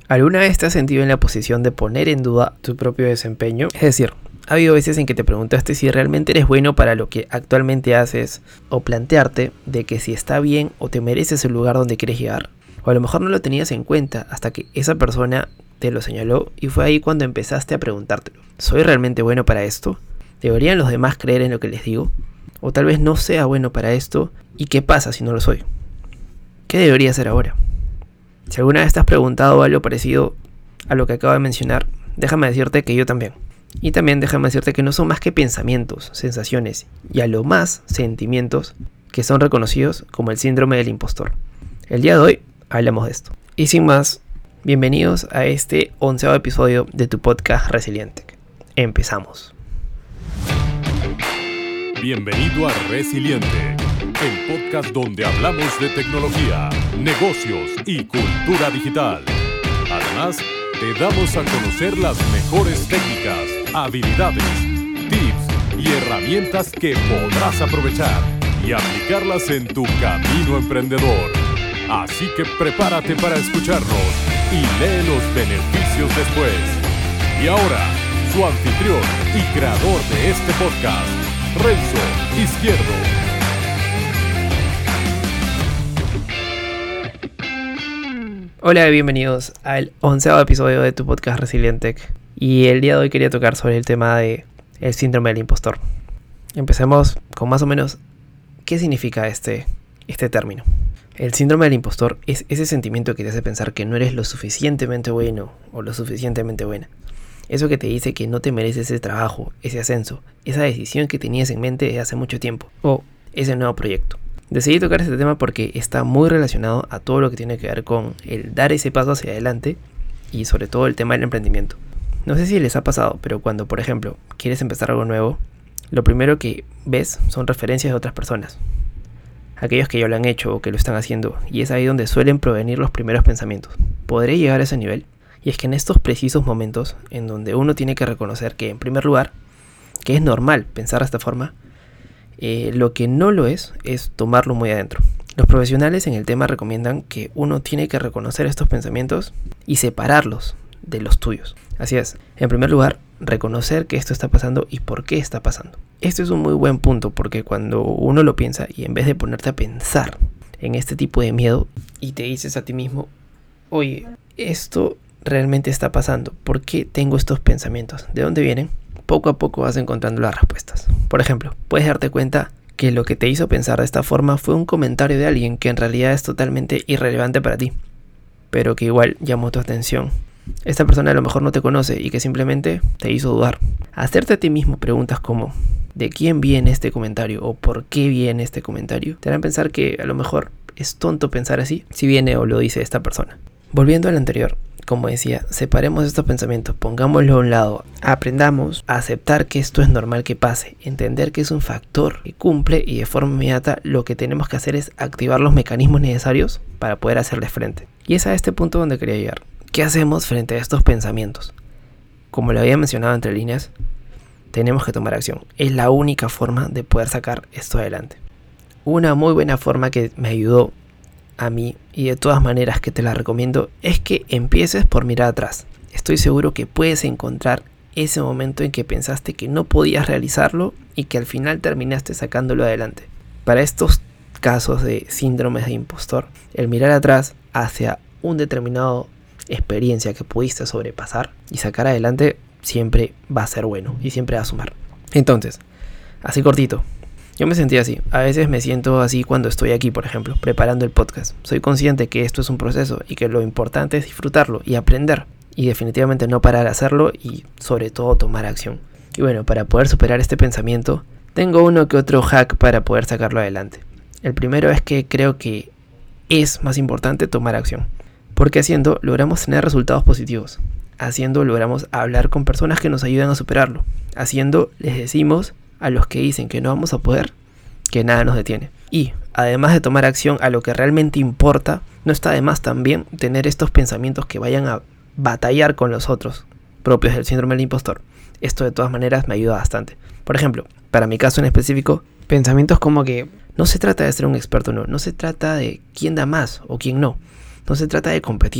¿Alguna vez te has sentido en la posición de poner en duda tu propio desempeño? Es decir, ha habido veces en que te preguntaste si realmente eres bueno para lo que actualmente haces, o plantearte de que si está bien o te mereces el lugar donde quieres llegar. O a lo mejor no lo tenías en cuenta hasta que esa persona te lo señaló y fue ahí cuando empezaste a preguntártelo. ¿Soy realmente bueno para esto? ¿Deberían los demás creer en lo que les digo? O tal vez no sea bueno para esto, ¿y qué pasa si no lo soy? ¿Qué debería hacer ahora? Si alguna vez te has preguntado algo parecido a lo que acabo de mencionar, déjame decirte que yo también. Y también déjame decirte que no son más que pensamientos, sensaciones y a lo más sentimientos que son reconocidos como el síndrome del impostor. El día de hoy hablamos de esto. Y sin más, bienvenidos a este 11º episodio de tu podcast Resilientec. Empezamos. Bienvenido a Resilientec, el podcast donde hablamos de tecnología, negocios y cultura digital. Además, te damos a conocer las mejores técnicas, habilidades, tips y herramientas que podrás aprovechar y aplicarlas en tu camino emprendedor. Así que prepárate para escucharnos y lee los beneficios después. Y ahora, su anfitrión y creador de este podcast, Renzo Izquierdo. Hola, bienvenidos al 11º episodio de tu podcast Resilientec. Y el día de hoy quería tocar sobre el tema de el síndrome del impostor. Empecemos con más o menos qué significa este término. El síndrome del impostor es ese sentimiento que te hace pensar que no eres lo suficientemente bueno o lo suficientemente buena. Eso que te dice que no te mereces ese trabajo, ese ascenso, esa decisión que tenías en mente desde hace mucho tiempo o ese nuevo proyecto. Decidí tocar este tema porque está muy relacionado a todo lo que tiene que ver con el dar ese paso hacia adelante y sobre todo el tema del emprendimiento. No sé si les ha pasado, pero cuando, por ejemplo, quieres empezar algo nuevo, lo primero que ves son referencias de otras personas. Aquellos que ya lo han hecho o que lo están haciendo, y es ahí donde suelen provenir los primeros pensamientos. ¿Podré llegar a ese nivel? Y es que en estos precisos momentos, en donde uno tiene que reconocer que, en primer lugar, que es normal pensar de esta forma, lo que no lo es tomarlo muy adentro. Los profesionales en el tema recomiendan que uno tiene que reconocer estos pensamientos y separarlos de los tuyos. Así es, en primer lugar, reconocer que esto está pasando y por qué está pasando. Esto es un muy buen punto porque cuando uno lo piensa y en vez de ponerte a pensar en este tipo de miedo y te dices a ti mismo, oye, esto realmente está pasando, ¿por qué tengo estos pensamientos? ¿De dónde vienen? Poco a poco vas encontrando las respuestas. Por ejemplo, puedes darte cuenta que lo que te hizo pensar de esta forma fue un comentario de alguien que en realidad es totalmente irrelevante para ti, pero que igual llamó tu atención. Esta persona a lo mejor no te conoce y que simplemente te hizo dudar. Hacerte a ti mismo preguntas como ¿de quién viene este comentario? ¿O por qué viene este comentario? Te harán pensar que a lo mejor es tonto pensar así si viene o lo dice esta persona. Volviendo al anterior, como decía, separemos estos pensamientos, pongámoslo a un lado, aprendamos a aceptar que esto es normal que pase, entender que es un factor que cumple y de forma inmediata lo que tenemos que hacer es activar los mecanismos necesarios para poder hacerle frente. Y es a este punto donde quería llegar. ¿Qué hacemos frente a estos pensamientos? Como lo había mencionado entre líneas, tenemos que tomar acción. Es la única forma de poder sacar esto adelante. Una muy buena forma que me ayudó a mí y de todas maneras que te la recomiendo es que empieces por mirar atrás. Estoy seguro que puedes encontrar ese momento en que pensaste que no podías realizarlo y que al final terminaste sacándolo adelante. Para estos casos de síndromes de impostor, el mirar atrás hacia un determinado experiencia que pudiste sobrepasar y sacar adelante siempre va a ser bueno y siempre va a sumar. Entonces, así cortito, yo me sentí así. A veces me siento así cuando estoy aquí, por ejemplo, preparando el podcast. Soy consciente que esto es un proceso y que lo importante es disfrutarlo y aprender. Y definitivamente no parar de hacerlo y sobre todo tomar acción. Y bueno, para poder superar este pensamiento, tengo uno que otro hack para poder sacarlo adelante. El primero es que creo que es más importante tomar acción. Porque haciendo logramos tener resultados positivos. Haciendo logramos hablar con personas que nos ayudan a superarlo. Haciendo les decimos a los que dicen que no vamos a poder, que nada nos detiene. Y además de tomar acción a lo que realmente importa, no está de más también tener estos pensamientos que vayan a batallar con los otros, propios del síndrome del impostor. Esto de todas maneras me ayuda bastante. Por ejemplo, para mi caso en específico, pensamientos como que no se trata de ser un experto, no se trata de quién da más o quién no. No se trata de competir,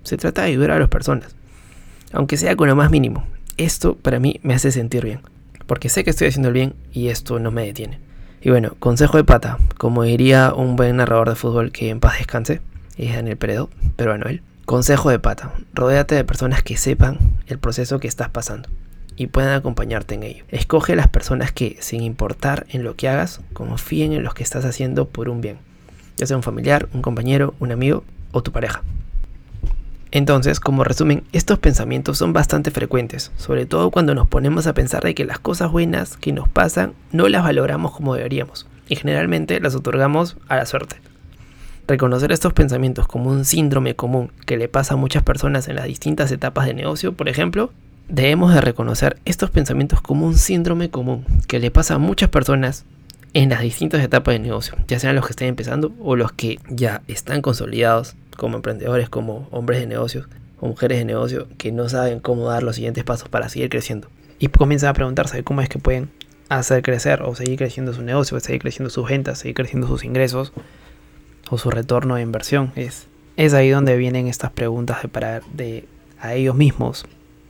Se trata de ayudar a las personas, aunque sea con lo más mínimo. Esto para mí me hace sentir bien, porque sé que estoy haciendo el bien y esto no me detiene. Y bueno, consejo de pata, como diría un buen narrador de fútbol que en paz descanse, es Daniel Peredo, pero bueno, él. Consejo de pata, rodéate de personas que sepan el proceso que estás pasando y puedan acompañarte en ello. Escoge a las personas que, sin importar en lo que hagas, confíen en lo que estás haciendo por un bien, ya sea un familiar, un compañero, un amigo o tu pareja. Entonces, como resumen, estos pensamientos son bastante frecuentes, sobre todo cuando nos ponemos a pensar de que las cosas buenas que nos pasan no las valoramos como deberíamos y generalmente las otorgamos a la suerte. Reconocer estos pensamientos como un síndrome común que le pasa a muchas personas en las distintas etapas de negocio, por ejemplo, debemos de reconocer estos pensamientos como un síndrome común que le pasa a muchas personas en las distintas etapas de negocio, ya sean los que estén empezando o los que ya están consolidados como emprendedores, como hombres de negocios o mujeres de negocio que no saben cómo dar los siguientes pasos para seguir creciendo. Y comienzan a preguntarse cómo es que pueden hacer crecer o seguir creciendo su negocio, seguir creciendo sus ventas, seguir creciendo sus ingresos o su retorno de inversión. Es ahí donde vienen estas preguntas a ellos mismos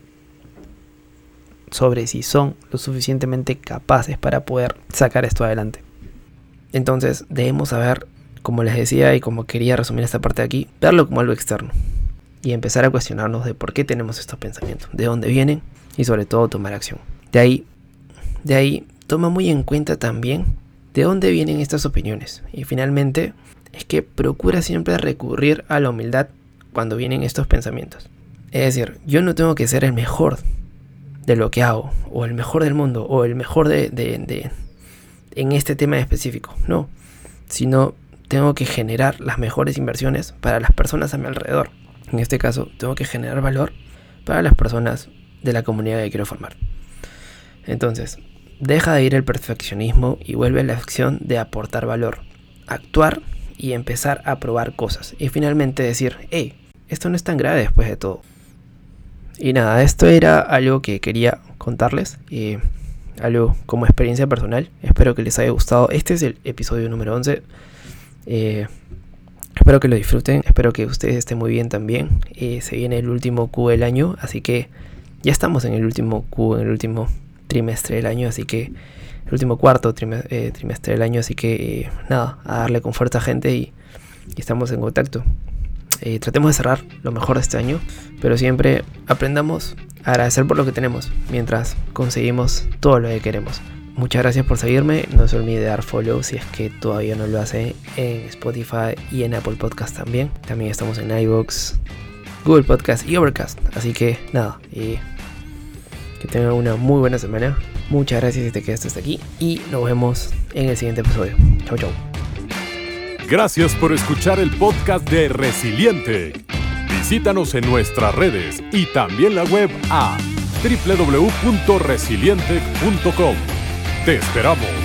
sobre si son lo suficientemente capaces para poder sacar esto adelante. Entonces debemos saber, como les decía y como quería resumir esta parte de aquí, verlo como algo externo y empezar a cuestionarnos de por qué tenemos estos pensamientos, de dónde vienen y sobre todo tomar acción. De ahí toma muy en cuenta también de dónde vienen estas opiniones y finalmente es que procura siempre recurrir a la humildad cuando vienen estos pensamientos. Es decir, yo no tengo que ser el mejor de lo que hago o el mejor del mundo o el mejor en este tema específico, no, sino tengo que generar las mejores inversiones para las personas a mi alrededor. En este caso, tengo que generar valor para las personas de la comunidad que quiero formar. Entonces, deja de ir el perfeccionismo y vuelve a la acción de aportar valor, actuar y empezar a probar cosas. Y finalmente decir, hey, esto no es tan grave después de todo. Y nada, esto era algo que quería contarles, algo como experiencia personal. Espero que les haya gustado. Este es el episodio número 11. Espero que lo disfruten, espero que ustedes estén muy bien también. Se viene el último Q del año, así que ya estamos en el último Q, en el último trimestre del año, así que el último cuarto trimestre del año, así que nada, a darle con fuerza, gente, y estamos en contacto. Tratemos de cerrar lo mejor de este año, pero siempre aprendamos a agradecer por lo que tenemos mientras conseguimos todo lo que queremos. Muchas gracias por seguirme, no se olvide de dar follow si es que todavía no lo hace en Spotify y en Apple Podcast también. También estamos en iVoox, Google Podcast y Overcast, así que nada, que tengan una muy buena semana. Muchas gracias si te quedaste hasta aquí y nos vemos en el siguiente episodio. Chau, chau. Gracias por escuchar el podcast de Resiliente. Visítanos en nuestras redes y también la web a www.resilientec.com. ¡Te esperamos!